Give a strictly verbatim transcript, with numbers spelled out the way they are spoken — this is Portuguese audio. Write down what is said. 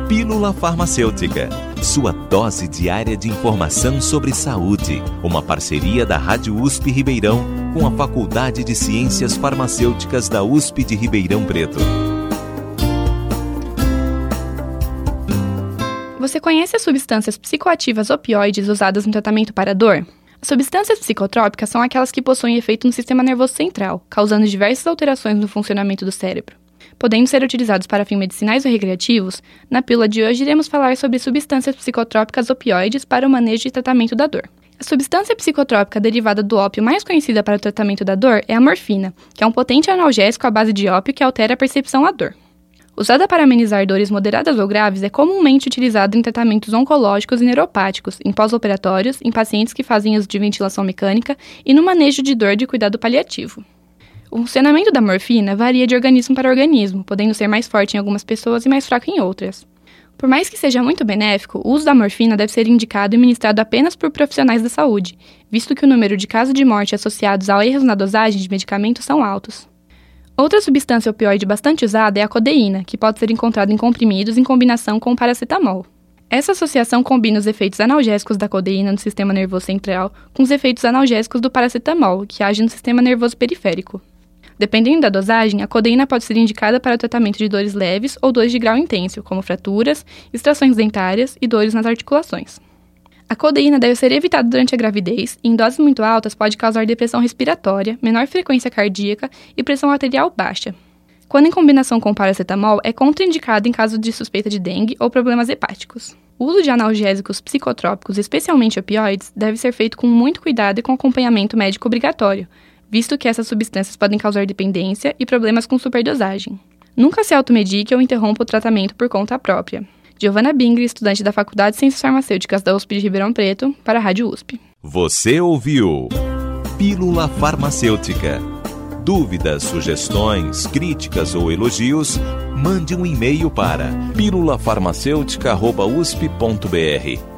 Pílula Farmacêutica, sua dose diária de informação sobre saúde. Uma parceria da Rádio U S P Ribeirão com a Faculdade de Ciências Farmacêuticas da U S P de Ribeirão Preto. Você conhece as substâncias psicoativas opioides usadas no tratamento para dor? As substâncias psicotrópicas são aquelas que possuem efeito no sistema nervoso central, causando diversas alterações no funcionamento do cérebro. Podendo ser utilizados para fins medicinais ou recreativos, na pílula de hoje iremos falar sobre substâncias psicotrópicas opioides para o manejo e tratamento da dor. A substância psicotrópica derivada do ópio mais conhecida para o tratamento da dor é a morfina, que é um potente analgésico à base de ópio que altera a percepção à dor. Usada para amenizar dores moderadas ou graves, é comumente utilizada em tratamentos oncológicos e neuropáticos, em pós-operatórios, em pacientes que fazem uso de ventilação mecânica e no manejo de dor de cuidado paliativo. O funcionamento da morfina varia de organismo para organismo, podendo ser mais forte em algumas pessoas e mais fraco em outras. Por mais que seja muito benéfico, o uso da morfina deve ser indicado e ministrado apenas por profissionais da saúde, visto que o número de casos de morte associados a erros na dosagem de medicamentos são altos. Outra substância opioide bastante usada é a codeína, que pode ser encontrada em comprimidos em combinação com o paracetamol. Essa associação combina os efeitos analgésicos da codeína no sistema nervoso central com os efeitos analgésicos do paracetamol, que age no sistema nervoso periférico. Dependendo da dosagem, a codeína pode ser indicada para o tratamento de dores leves ou dores de grau intenso, como fraturas, extrações dentárias e dores nas articulações. A codeína deve ser evitada durante a gravidez e, em doses muito altas, pode causar depressão respiratória, menor frequência cardíaca e pressão arterial baixa. Quando em combinação com paracetamol, é contraindicada em caso de suspeita de dengue ou problemas hepáticos. O uso de analgésicos psicotrópicos, especialmente opioides, deve ser feito com muito cuidado e com acompanhamento médico obrigatório, visto que essas substâncias podem causar dependência e problemas com superdosagem. Nunca se automedique ou interrompa o tratamento por conta própria. Giovana Bingri, estudante da Faculdade de Ciências Farmacêuticas da U S P de Ribeirão Preto, para a Rádio U S P. Você ouviu Pílula Farmacêutica. Dúvidas, sugestões, críticas ou elogios, mande um e-mail para pílula farmacêutica arroba u s p ponto b r.